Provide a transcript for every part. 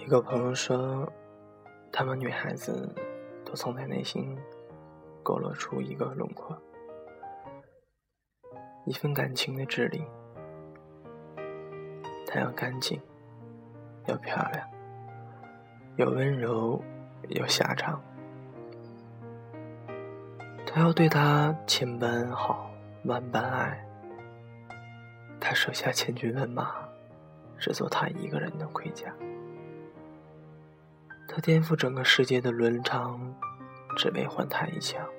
一个朋友说，他们女孩子都曾在内心勾勒出一个轮廓，一份感情的质地。她要干净，要漂亮，有温柔，有狭长。她要对她千般好，万般爱。她舍下千军万马，只做她一个人的盔甲。他颠覆整个世界的伦常，只为还他一枪。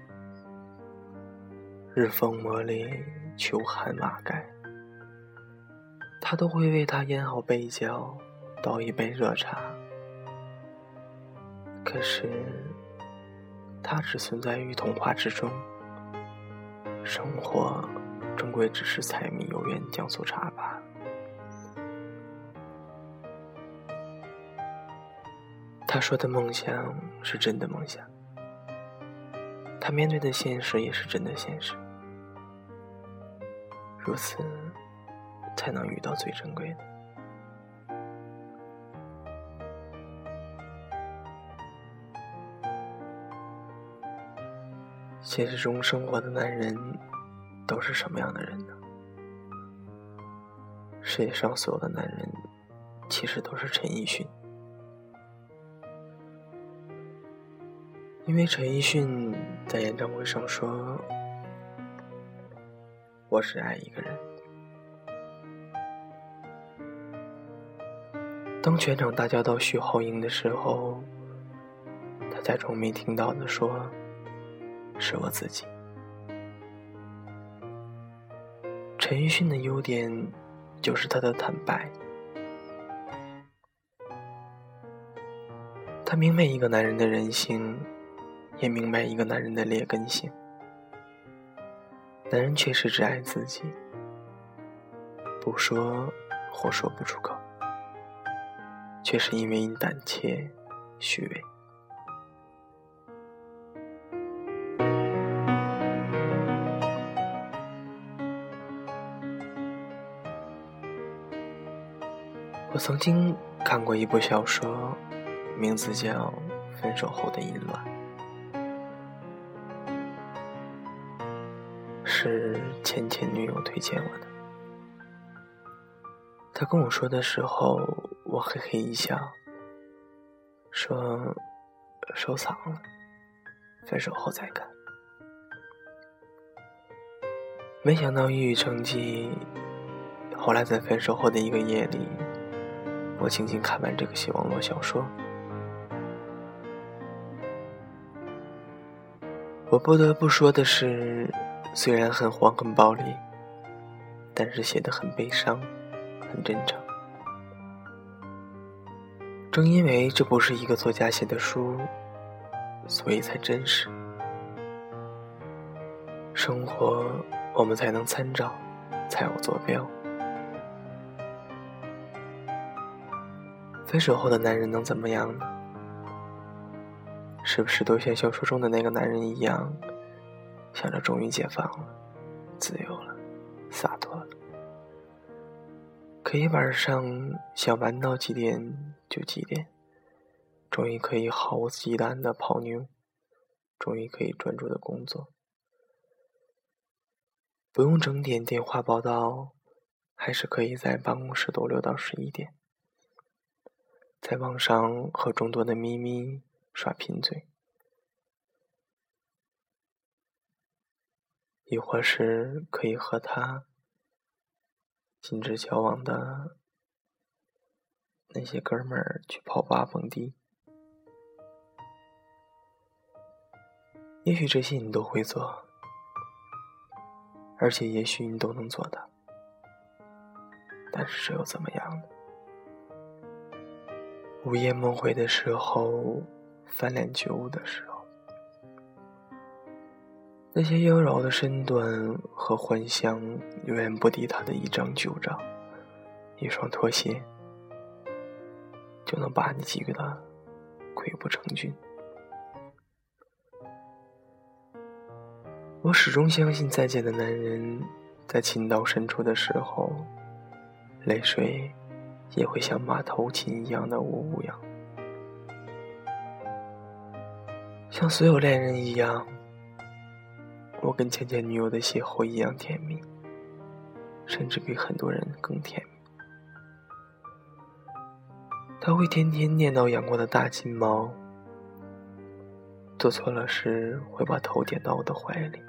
日风磨砺，秋寒瓦盖，他都会为他腌好被角，倒一杯热茶。可是他只存在于童话之中，生活终归只是柴米油盐酱醋茶罢了。他说的梦想是真的梦想，他面对的现实也是真的现实，如此才能遇到最珍贵的。现实中生活的男人都是什么样的人呢？世界上所有的男人其实都是陈奕迅。因为陈奕迅在演唱会上说，我只爱一个人。当全场大叫到徐浩英的时候，他假装没听到的说，是我自己。陈奕迅的优点就是他的坦白，他明白一个男人的人性，也明白一个男人的劣根性。男人确实只爱自己，不说或说不出口，却是因为胆怯虚伪。我曾经看过一部小说，名字叫《分手后的淫乱》，是前女友推荐我的。他跟我说的时候，我嘿嘿一笑，说收藏了，分手后再看。没想到一语成疾，后来在分手后的一个夜里，我静静看完这个网络小说。我不得不说的是，虽然很黄很暴力，但是写得很悲伤，很真诚。正因为这不是一个作家写的书，所以才真实。生活我们才能参照，才有坐标。分手后的男人能怎么样呢？是不是都像小说中的那个男人一样，想着终于解放了，自由了，洒脱了，可以晚上想玩到几点就几点，终于可以毫无忌惮的泡妞，终于可以专注的工作，不用整点电话报到，还是可以在办公室逗留到11点，在网上和众多的咪咪耍贫嘴，亦或是可以和他禁止交往的那些哥们儿去泡吧蹦迪。也许这些你都会做，而且也许你都能做到，但是这又怎么样呢？午夜梦回的时候，翻脸觉悟的时候，那些妖娆的身段和幻想远远不敌他的一张旧照，一双拖鞋，就能把你击得溃不成军。我始终相信，再见的男人在情到深处的时候，泪水也会像马头琴一样的呜呜扬。像所有恋人一样，我跟前女友的邂逅一样甜蜜，甚至比很多人更甜蜜。他会天天念叨养过的大金毛，做错了事会把头点到我的怀里，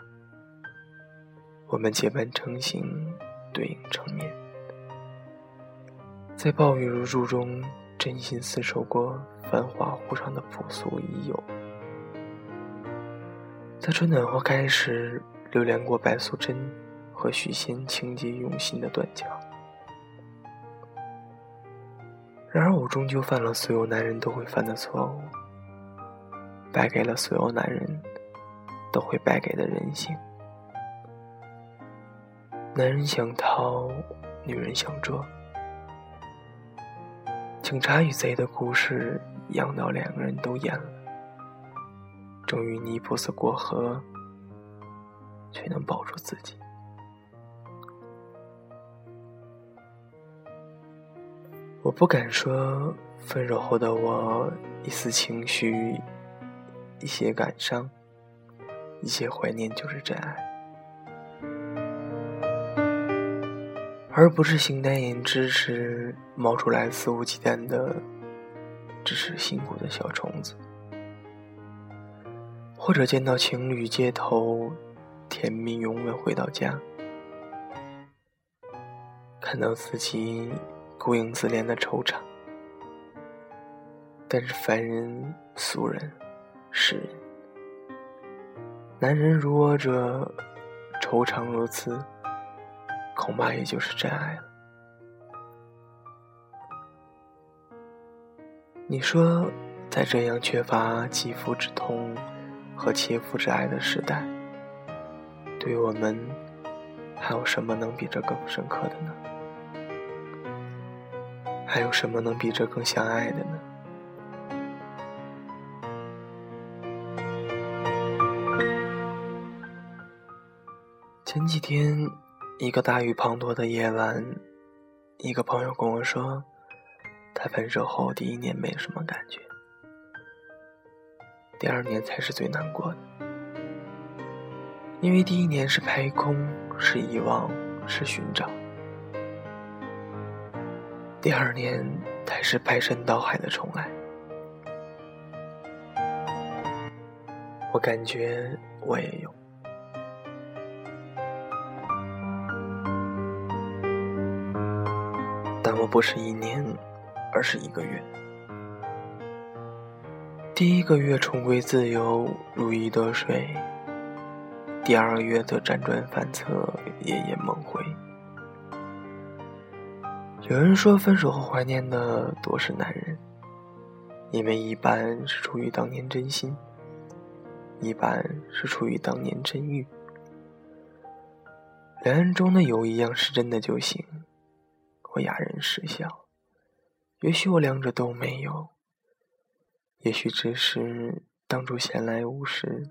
我们结伴成行，对影成面，在暴雨如注中真心厮守过繁华湖上的朴素已有，在春暖花开时流连过白素贞和许仙情节用心的断桥。然而我终究犯了所有男人都会犯的错误，败给了所有男人都会败给的人性。男人想逃，女人想捉，警察与贼的故事养到两个人都厌了，终于尼泊斯过河，却能保住自己。我不敢说分手后的我一丝情绪，一些感伤，一些怀念就是真爱，而不是形单影只时冒出来肆无忌惮的只是辛苦的小虫子，或者见到情侣街头甜蜜拥吻回到家，看到自己孤影自怜的惆怅。但是凡人俗人世人，男人如我者惆怅如此，恐怕也就是真爱了。你说在这样缺乏肌肤之痛和切肤之爱的时代，对于我们还有什么能比这更深刻的呢？还有什么能比这更相爱的呢？前几天一个大雨滂沱的夜晚，一个朋友跟我说，他分手后第一年没什么感觉，第二年才是最难过的，因为第一年是排空，是遗忘，是寻找，第二年才是排山倒海的重来。我感觉我也有，但我不是一年，而是1个月。第1个月重归自由，如鱼得水；第2个月则辗转反侧，夜夜梦回。有人说分手后怀念的多是男人，因为一半是出于当年真心，一半是出于当年真欲。两人中的有一样是真的就行。我哑然失笑，也许我两者都没有，也许只是当初闲来无事。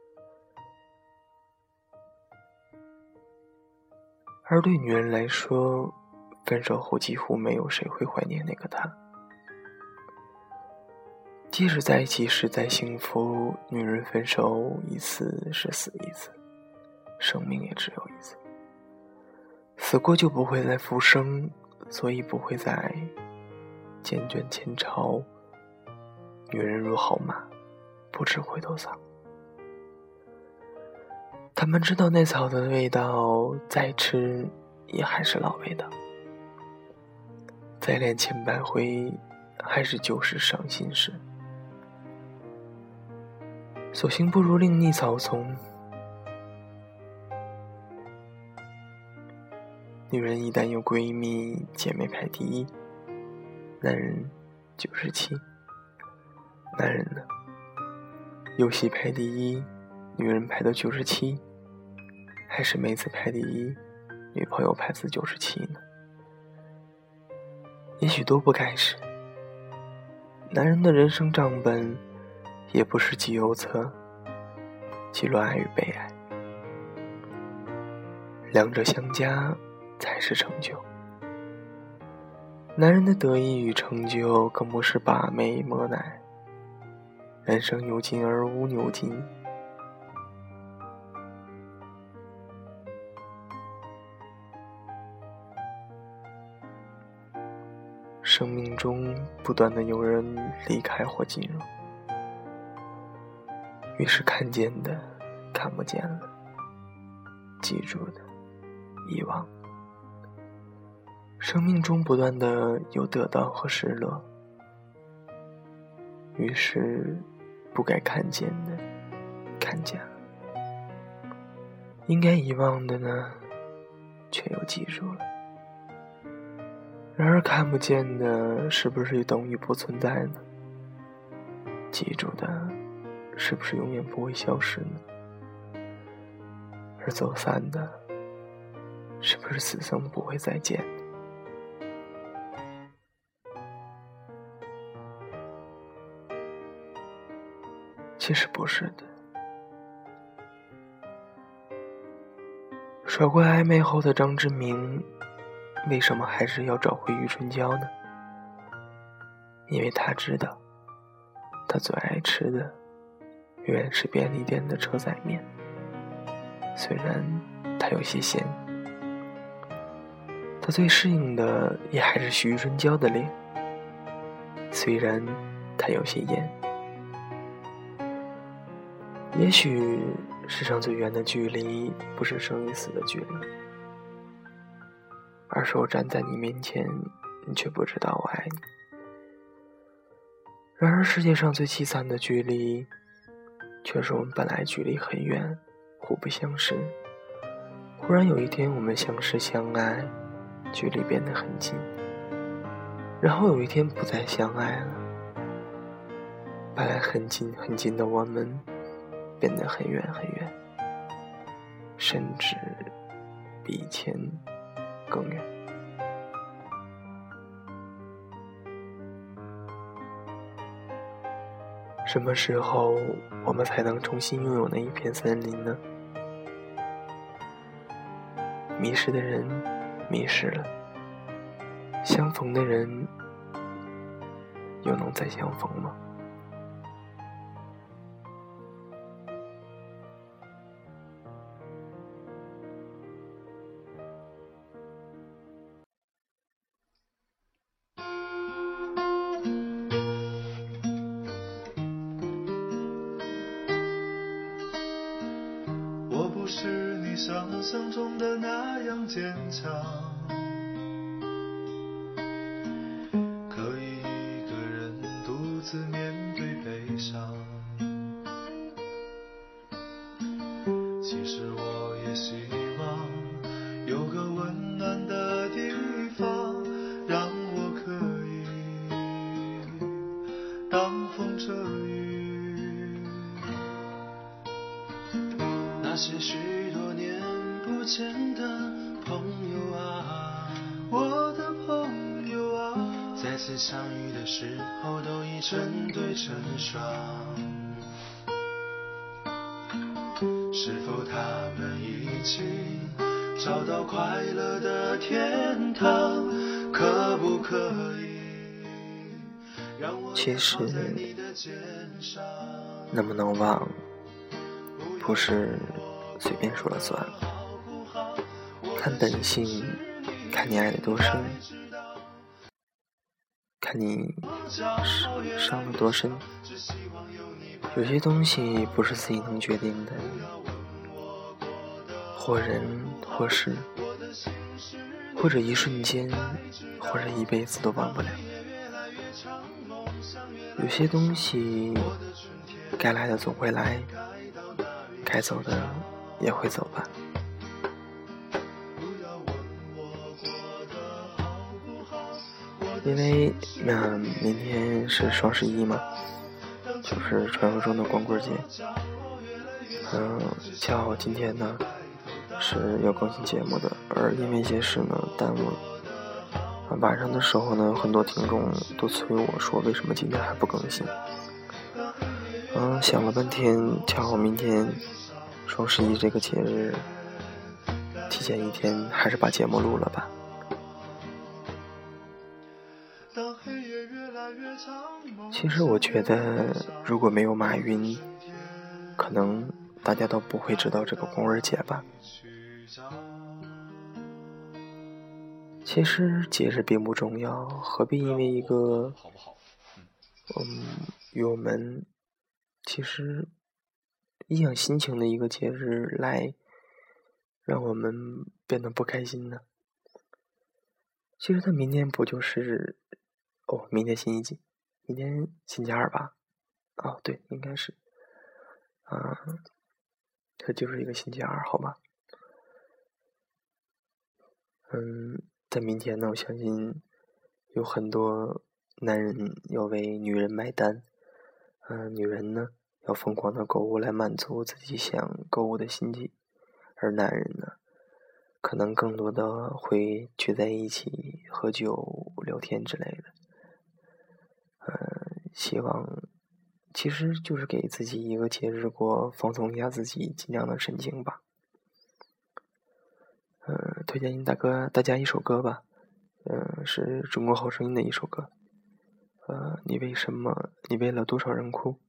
而对女人来说，分手后几乎没有谁会怀念那个他。即使在一起时再幸福，女人分手一次是死一次，生命也只有一次，死过就不会再复生，所以不会再缱绻前朝。女人如好马，不知回头草。他们知道那草的味道，再吃也还是老味道，再恋千百回，还是旧时伤心事。索性不如另觅草丛。女人一旦有闺蜜，姐妹排第一，男人97。男人呢？游戏排第一，女人排到97，还是妹子排第一，女朋友排自97呢？也许都不该是。男人的人生账本也不是集邮册，记录爱与被爱，两者相加才是成就。 男人的得意与成就更不是把妹摸奶，人生有尽而无牛尽。生命中不断的有人离开或进入，于是看见的看不见了，记住的遗忘。生命中不断的有得到和失落，于是不该看见的看见了，应该遗忘的呢却又记住了。然而看不见的是不是等于不存在呢？记住的是不是永远不会消失呢？而走散的是不是此生不会再见呢？其实不是的。甩过暧昧后的张志明为什么还是要找回余春娇呢？因为他知道他最爱吃的永远是便利店的车仔面，虽然它有些咸。他最适应的也还是余春娇的脸，虽然它有些艳。也许世上最远的距离不是生与死的距离，而是我站在你面前，你却不知道我爱你。然而世界上最凄惨的距离，却是我们本来距离很远，互不相识，忽然有一天我们相识相爱，距离变得很近，然后有一天不再相爱了，本来很近很近的我们变得很远很远，甚至比以前更远。什么时候我们才能重新拥有那一片森林呢？迷失的人迷失了，相逢的人又能再相逢吗？ 不是你想象中的那样坚强，可以一个人独自面对悲伤。其实我也希望有个温暖的地方，让我可以挡风遮雨。那些许多年不见的朋友啊，我的朋友啊，再次相遇的时候都已成对成双。是否他们已经找到快乐的天堂？可不可以让我放在你的肩上？ 能不能忘不是随便说了算，看本性，看你爱得多深，看你伤得多深。有些东西不是自己能决定的，或人或事，或者一瞬间，或者一辈子都忘不了。有些东西该来的总会来，该走的也会走吧。因为明天是双11嘛，就是传说中的光棍节。恰好今天呢是要更新节目的，而因为一些事呢耽误了。晚上的时候呢，很多听众都催我说为什么今天还不更新。想了半天，恰好明天双11这个节日，提前一天还是把节目录了吧。 其实我觉得如果没有马云，可能大家都不会知道这个工人节吧。其实节日并不重要，何必因为一个与我们其实异样心情的一个节日来让我们变得不开心呢？其实他明天不就是明天星期几？明天星期二吧？对，应该是它就是一个星期二，好吧？在明天呢，我相信有很多男人要为女人买单，女人呢要疯狂的购物来满足自己想购物的心情，而男人呢，可能更多的会聚在一起喝酒、聊天之类的。希望其实就是给自己一个节日过，放松一下自己紧张的神经吧。推荐大家一首歌吧，是中国好声音的一首歌，你为了多少人哭？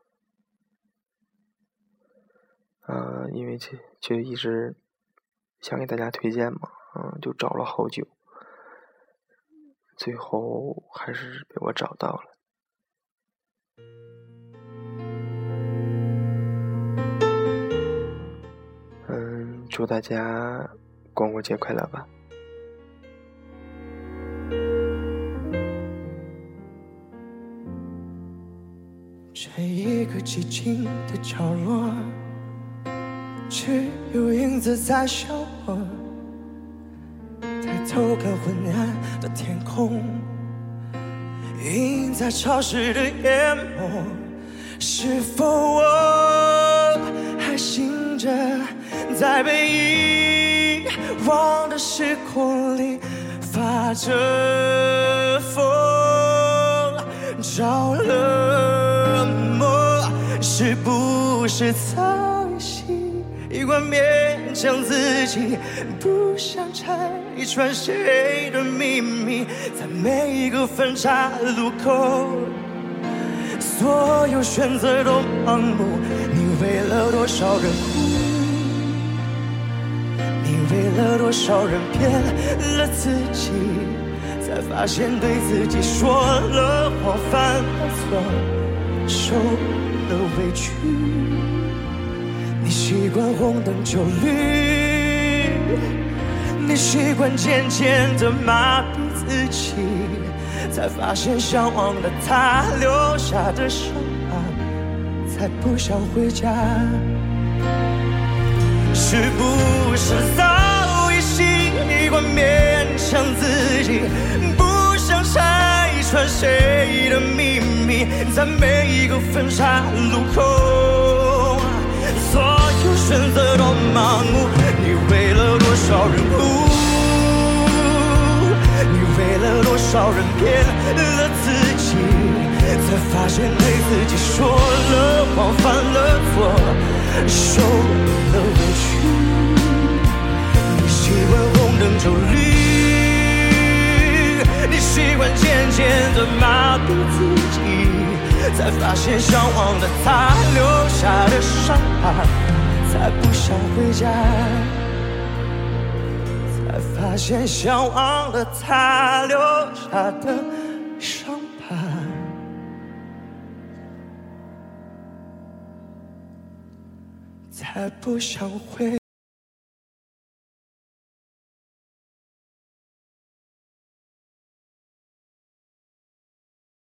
因为就一直想给大家推荐嘛，就找了好久，最后还是被我找到了。祝大家光棍节快乐吧。 这一个寂静的角落，只有影子在笑我。抬头看昏暗的天空，映在潮湿的眼眸。是否我还醒着，在被遗忘的时空里发着疯，着了魔，是不是早已习惯勉强自己，不想拆穿谁的秘密，在每一个分岔路口，所有选择都盲目。你为了多少人哭，你为了多少人骗了自己，才发现对自己说了谎，犯了错，受了委屈。你习惯红灯就绿，你习惯渐渐地麻痹自己，才发现向往的他留下的伤疤，才不想回家。是不是早已习惯勉强自己，不想拆穿谁的秘密，在每一个分岔路口，所有选择都盲目。你为了多少人哭，你为了多少人骗了自己，才发现对自己说了谎，犯了错，受了委屈。你习惯红灯就绿，你习惯渐渐地麻痹自己，才发现向往的他留下的伤疤，才不想回家。才发现向往的他留下的伤疤，才不想回